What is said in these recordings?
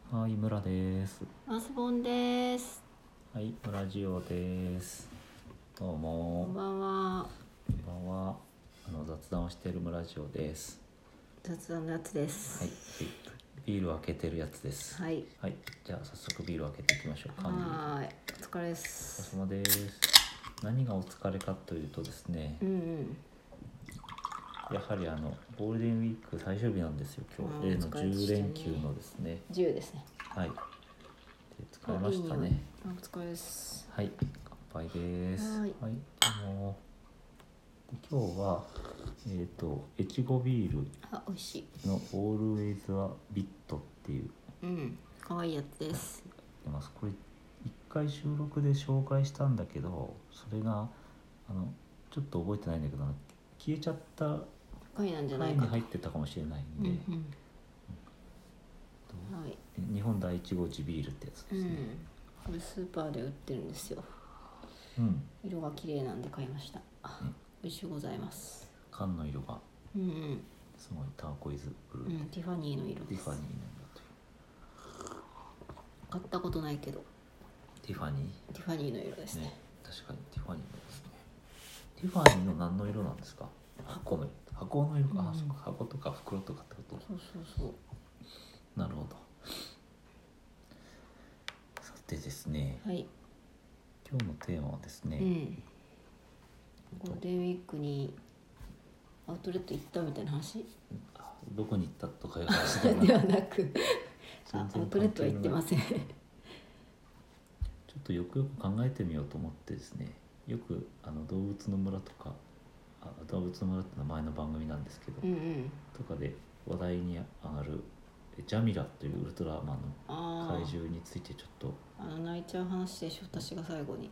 はい、村です。 マスボンです。 はい、村ジオです。どうこも。 んばんは。 こんばんは。雑談をしている村ジオです。 雑談のやつではい、 す。 ビールを開けてるやつです。 はい。 はい、じゃあ早速ビールを開けていきましょう。缶ビール。 はーい。お疲れでおす。 疲れ様です。何がお疲れかというとですね、やはりゴールデンウィーク最終日なんですよ。今日例の10連休のですね。 10ですね。 はい。で疲れましたね。 いい匂い。お疲れです。 はい、乾杯です。 はい。 はい、今日は越後ビール美味しい。 の Always a Bit っていう可愛いやつです。 出ます。これ一回収録で紹介したんだけど、それがちょっと覚えてないんだけど、消えちゃった回なんじゃない回かと。 に入ってたかもしれないんで、 はい。 日本第一号地ビールってやつですね。 これスーパーで売ってるんですよ。色が綺麗なんで買いました。美味しゅうございます。 缶の色がすごいターコイズブルー、 ティファニーの色です。 ティファニーの色という。 買ったことないけどティファニーの色ですね。 確かにティファニーのですね。ティファニーの何の色なんですか？箱の色か、そっか、箱とか袋とかってこと。 そうなるほど。さてですね、 はい。 今日のテーマはですね、 ゴールデンウィークにアウトレット行ったみたいな話どこに行ったとかいう話ではなくア全然ウトレットは行ってません。 ちょっとよくよく考えてみようと思ってですね、よく動物の村とか、動物の村って名前の番組なんですけど、とかで話題に上がるジャミラというウルトラマンの怪獣についてちょっと泣いちゃう話でしょ、私が最後に。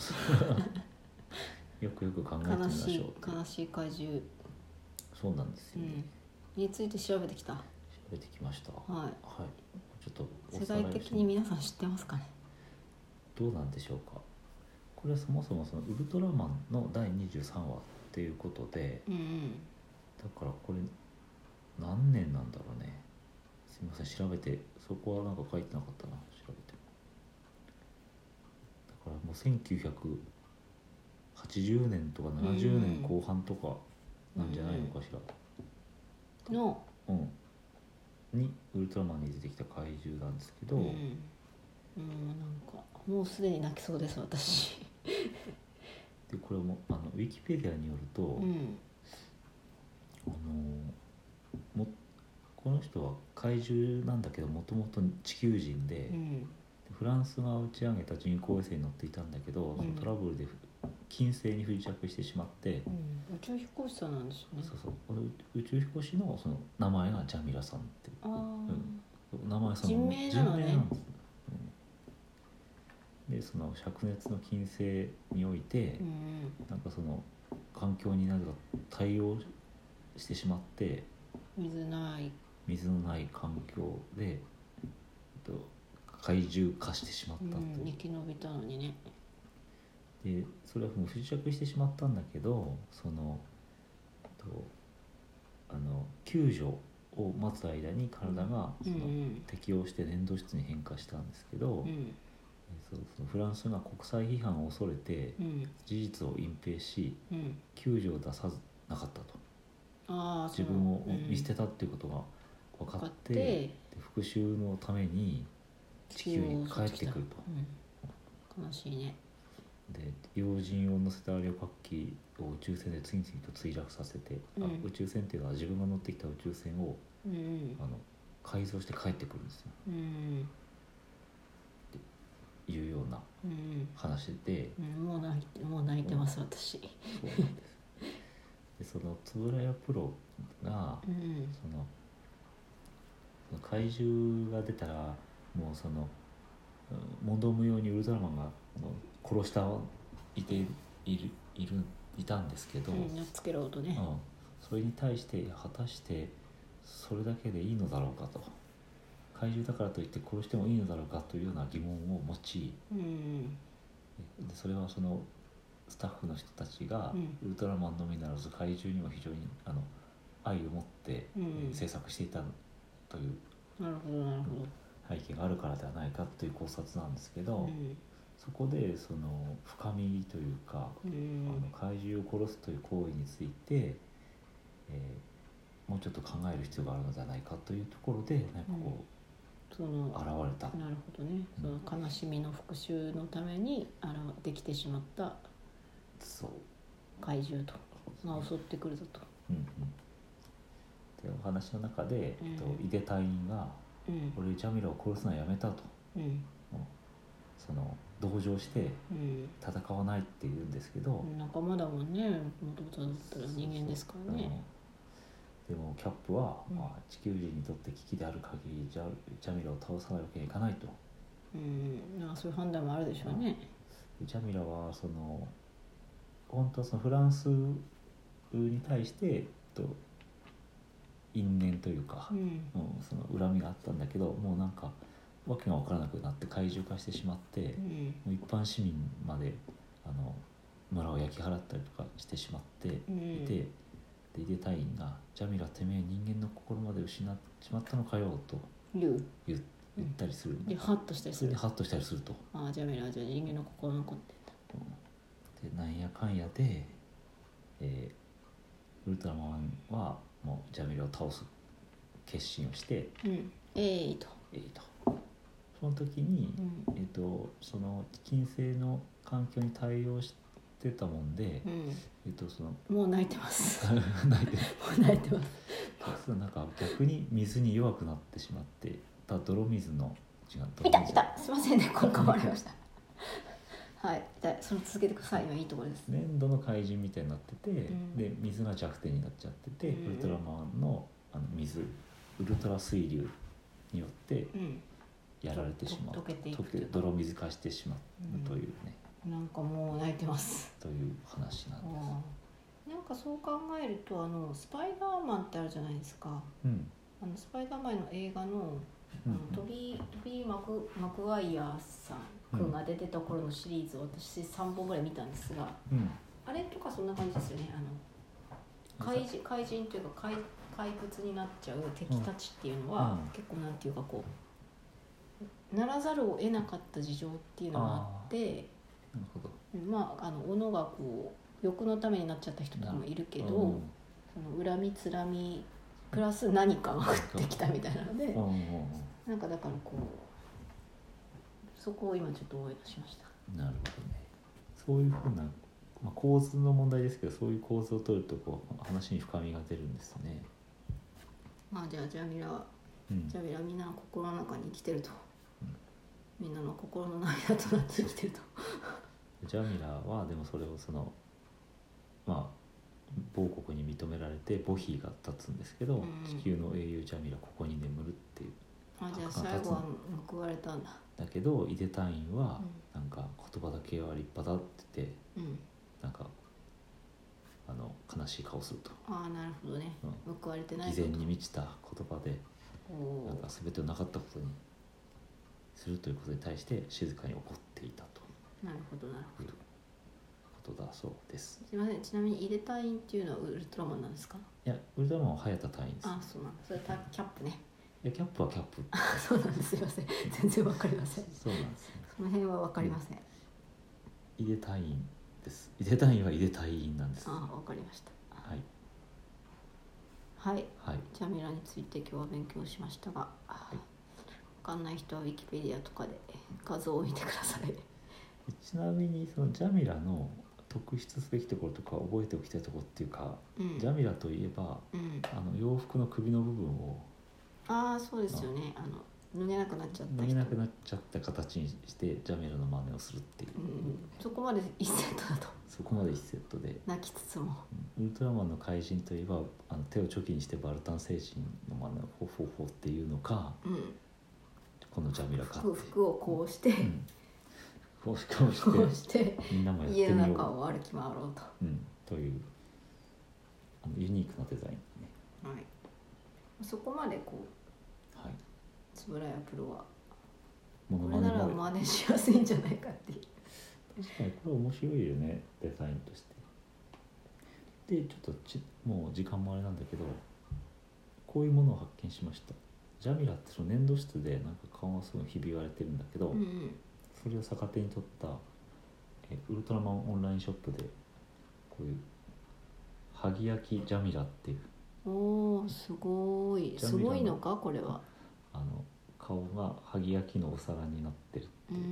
よくよく考えてみましょう。 悲しい怪獣、 そうなんですよね、 について調べてきた。 調べてきました。 はい。 ちょっと世代的に皆さん知ってますかね。 どうなんでしょうか。これはそもそもそのウルトラマンの第23話っていうことで、だからこれ何年なんだろうね。すいません、調べて、そこはなんか書いてなかったな、調べても。だからもう1980年とか70年後半とかなんじゃないのかしら、にウルトラマンに出てきた怪獣なんですけど、 なんかもうすでに泣きそうです私。 でこれもウィキペディアによると、この人は怪獣なんだけどもともと地球人で、フランスが打ち上げた人工衛星に乗っていたんだけど、そのトラブルで金星に不時着してしまって、 宇宙飛行士さんなんですね。 この宇宙飛行士のその名前がジャミラさんって、名前その人名なのね。 なんです。でその灼熱の金星において、なんかその環境になぜか対応してしまって、水のない環境で、怪獣化してしまったという、 生き延びたのにね。 でそれはもう不時着してしまったんだけど、その救助を待つ間に体がその適応して粘土質に変化したんですけど、そのフランスが国際批判を恐れて事実を隠蔽し、救助を出さなかったと、自分を見捨てたっていうことが分かって、で復讐のために地球に帰ってくると。 悲しいね。 で要人を乗せた旅客機を宇宙船で次々と墜落させて、宇宙船っていうのは自分が乗ってきた宇宙船を、改造して帰ってくるんですよ、っていうような話で、 もう泣いてます私。 そうなんです。でその円谷プロが、その怪獣が出たらもうその問答無用にウルトラマンが殺したいたんですけど、 やっつけろとね、 それに対して果たしてそれだけでいいのだろうかと、怪獣だからといって殺してもいいのだろうかというような疑問を持ち、でそれはそのスタッフの人たちが、ウルトラマンのみならず怪獣にも非常に愛を持って、制作していたというなるほど背景があるからではないかという考察なんですけど、そこでその深みというか、怪獣を殺すという行為について、もうちょっと考える必要があるのではないかというところでなんかこう、現れた。 なるほどね、その悲しみの復讐のためにできてしまった怪獣と、襲ってくるぞと。 でお話の中で、井出隊員が、俺ジャミラを殺すのはやめたと、その同情して戦わないって言うんですけど、 仲間だもんね、もともとだったら人間ですからね。 でもキャップは、地球人にとって危機である限りジャミラを倒さないわけにはいかないと。 そういう判断もあるでしょうね。 ジャミラはその本当はそのフランスに対して因縁というか、その恨みがあったんだけど、もうなんかわけが分からなくなって怪獣化してしまって、もう一般市民まで村を焼き払ったりとかしてしまっていて、で井出隊員が「ジャミラてめえ人間の心まで失ってしまったのかよ」と言ったりする。 でハッとしたりする。 ハッとしたりすると。 ジャミラはじゃあ人間の心残ってんだ。 でなんやかんやで、ウルトラマンはもうジャミラを倒す決心をして、 とその時に、その金星の環境に対応してたもんで、そのもう泣いてます泣いてもう泣いてます。 なんか逆に水に弱くなってしまって、泥水のすいませんね、これ変わりましたはい、その続けてください。今いいところです。 粘土の怪人みたいになってて、で水が弱点になっちゃってて、ウルトラマンの水ウルトラ水流によってやられてしまう、 溶けていく、 泥水化してしまうというね、 なんかもう泣いてますという話なんです。 なんかそう考えるとスパイダーマンってあるじゃないですか、スパイダーマンの映画のトビー・マクワイアさん君が出てた頃のシリーズを私3本ぐらい見たんですが、あれとかそんな感じですよね。怪人というか怪物になっちゃう敵たちっていうのは、結構なんていうかこうならざるを得なかった事情っていうのがあって、斧がこう欲のためになっちゃった人とかもいるけど、その恨みつらみプラス何かが降ってきたみたいなので、なんかだからこうそこを今ちょっと思い出しました。 なるほどね。そういうふうな、構図の問題ですけど、そういう構図を取るとこう話に深みが出るんですね。 じゃあジャミラみんなの心の中に生きてると、みんなの心の涙となって生きてるとジャミラはでもそれをその某国に認められてボヒーが立つんですけど、地球の英雄ジャミラここに眠るっていう。 じゃあ最後は報われたんだ。 だけど井出隊員はなんか言葉だけは立派だって言って、なんか悲しい顔すると。 なるほどね、報われてない偽善に満ちた言葉でなんか全てをなかったことにするということに対して静かに怒っていたと。 なるほどことだそうです。 すいません、ちなみに井出隊員っていうのはウルトラマンなんですか？ いや、ウルトラマンは早田隊員です。 そうなんだ。それキャップね。 いや、キャップはキャップ。 そうなんです。すいません、全然わかりません。 そうなんですね。 その辺はわかりません。 井出隊員です。井出隊員は井出隊員なんです。 わかりました。 はい。 ジャミラについて今日は勉強しましたが、わかんない人はウィキペディアとかで画像を見てください。 ちなみにそのジャミラの特筆すべきところとか覚えておきたいところっていうか、ジャミラといえば、洋服の首の部分をそうですよね、脱げなくなっちゃった脱げなくなっちゃった形にしてジャミラの真似をするっていう、 そこまで1セットだと。 そこまで1セットで泣きつつも、 ウルトラマンの怪人といえば手をチョキにしてバルタン星人の真似をフォフォフォっていうのか、このジャミラかって服をこうして、 こうしてみんなもやってみよう、 家の中を歩き回ろうと、 というユニークなデザインね。 そこまでこう円谷プロはこれなら真似しやすいんじゃないかっていう。 確かにこれ面白いよね、デザインとして。でちょっともう時間もあれなんだけど、こういうものを発見しました。 ジャミラってその粘土質でなんか顔がすごいひび割れてるんだけど、それを逆手に取ったウルトラマンオンラインショップでこういうはぎ焼きジャミラっていう、 おーすごいのかこれは。 顔がはぎ焼きのお皿になってるっていう、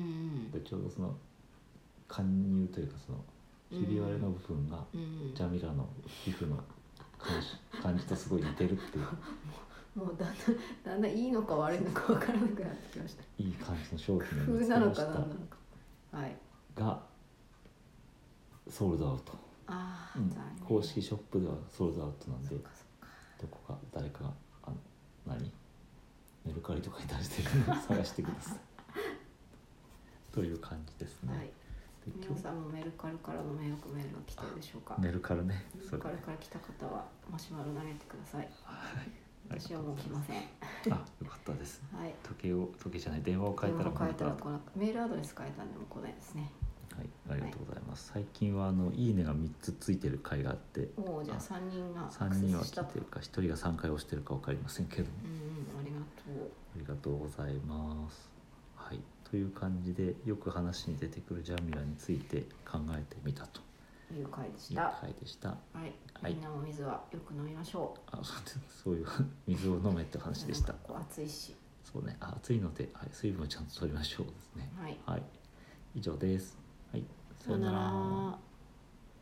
でちょうどその貫入というかそのひび割れの部分がジャミラの皮膚の感じとすごい似てるっていうもうだんだんいいのか悪いのか分からなくなってきました。 いい感じの商品を見つけました。風なのか何なのか、はい、 がソールドアウト。公式ショップではソールドアウトなんで、どこか誰かがメルカリとかに出してるのを探してくださいという感じですね。はい、 皆さんもメルカリからの迷惑メールが来てるでしょうか。 メルカリね。 メルカリから来た方はマシュマロ投げてください。はい。私はもう来ません。 よかったです。はい。時計じゃない電話を変えたらメールアドレス変えたんでも来ないですね。 はい、ありがとうございます。最近はいいねが3つついてる回があって、 じゃあ3人が 3人は聞いてるか1人が3回押してるか分かりませんけど、 ありがとう。 ありがとうございます。はい、という感じでよく話に出てくるジャミラについて考えてみたという回でした。はい、みんなも水はよく飲みましょう。 そういう水を飲めって話でした。 暑いし。 そうね、暑いので、水分をちゃんと取りましょうですね。はい、以上です。はい、 さよなら。